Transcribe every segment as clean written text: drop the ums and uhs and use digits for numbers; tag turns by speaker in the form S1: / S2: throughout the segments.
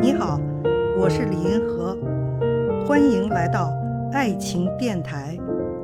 S1: 你好，我是李银河，欢迎来到爱情电台。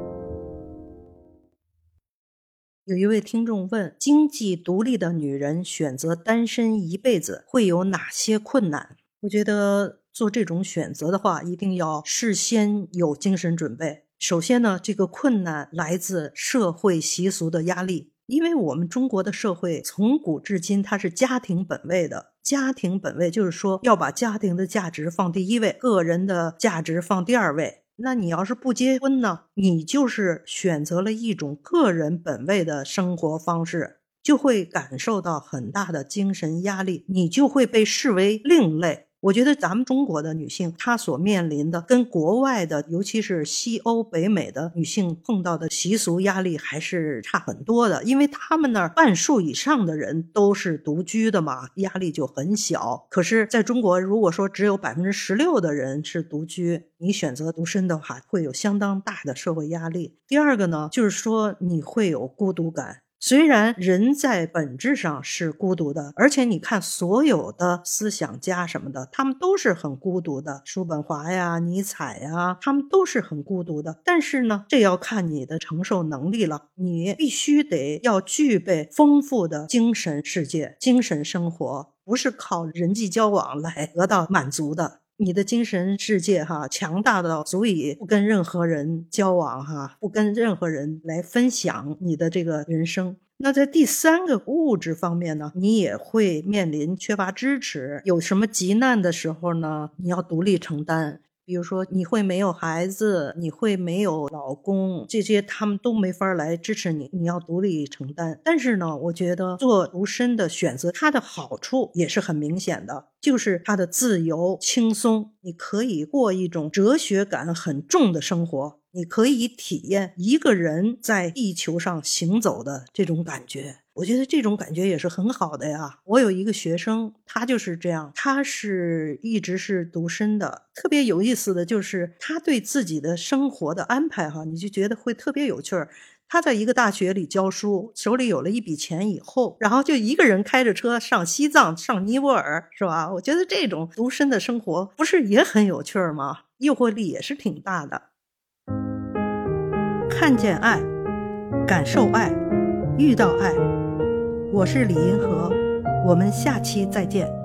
S1: 有一位听众问，经济独立的女人选择单身一辈子会有哪些困难？我觉得做这种选择的话，一定要事先有精神准备。首先呢，这个困难来自社会习俗的压力。因为我们中国的社会从古至今它是家庭本位的，家庭本位就是说要把家庭的价值放第一位，个人的价值放第二位。那你要是不结婚呢，你就是选择了一种个人本位的生活方式，就会感受到很大的精神压力，你就会被视为另类。我觉得咱们中国的女性她所面临的跟国外的尤其是西欧北美的女性碰到的习俗压力还是差很多的，因为他们那儿半数以上的人都是独居的嘛，压力就很小。可是在中国如果说只有 16% 的人是独居，你选择独身的话会有相当大的社会压力。第二个呢，就是说你会有孤独感。虽然人在本质上是孤独的，而且你看所有的思想家什么的，他们都是很孤独的，叔本华呀、尼采呀，他们都是很孤独的。但是呢，这要看你的承受能力了，你必须得要具备丰富的精神世界、精神生活，不是靠人际交往来得到满足的。你的精神世界强大到足以不跟任何人交往不跟任何人来分享你的这个人生。那在第三个物质方面呢，你也会面临缺乏支持，有什么急难的时候呢，你要独立承担。比如说你会没有孩子，你会没有老公，这些他们都没法来支持你，你要独立承担。但是呢，我觉得做独身的选择它的好处也是很明显的，就是它的自由轻松，你可以过一种哲学感很重的生活，你可以体验一个人在地球上行走的这种感觉。我觉得这种感觉也是很好的呀。我有一个学生，他就是这样，他是一直是独身的。特别有意思的就是他对自己的生活的安排你就觉得会特别有趣儿。他在一个大学里教书，手里有了一笔钱以后，然后就一个人开着车上西藏，上尼泊尔，是吧？我觉得这种独身的生活不是也很有趣儿吗？诱惑力也是挺大的。看见爱，感受爱，遇到爱。我是李银河，我们下期再见。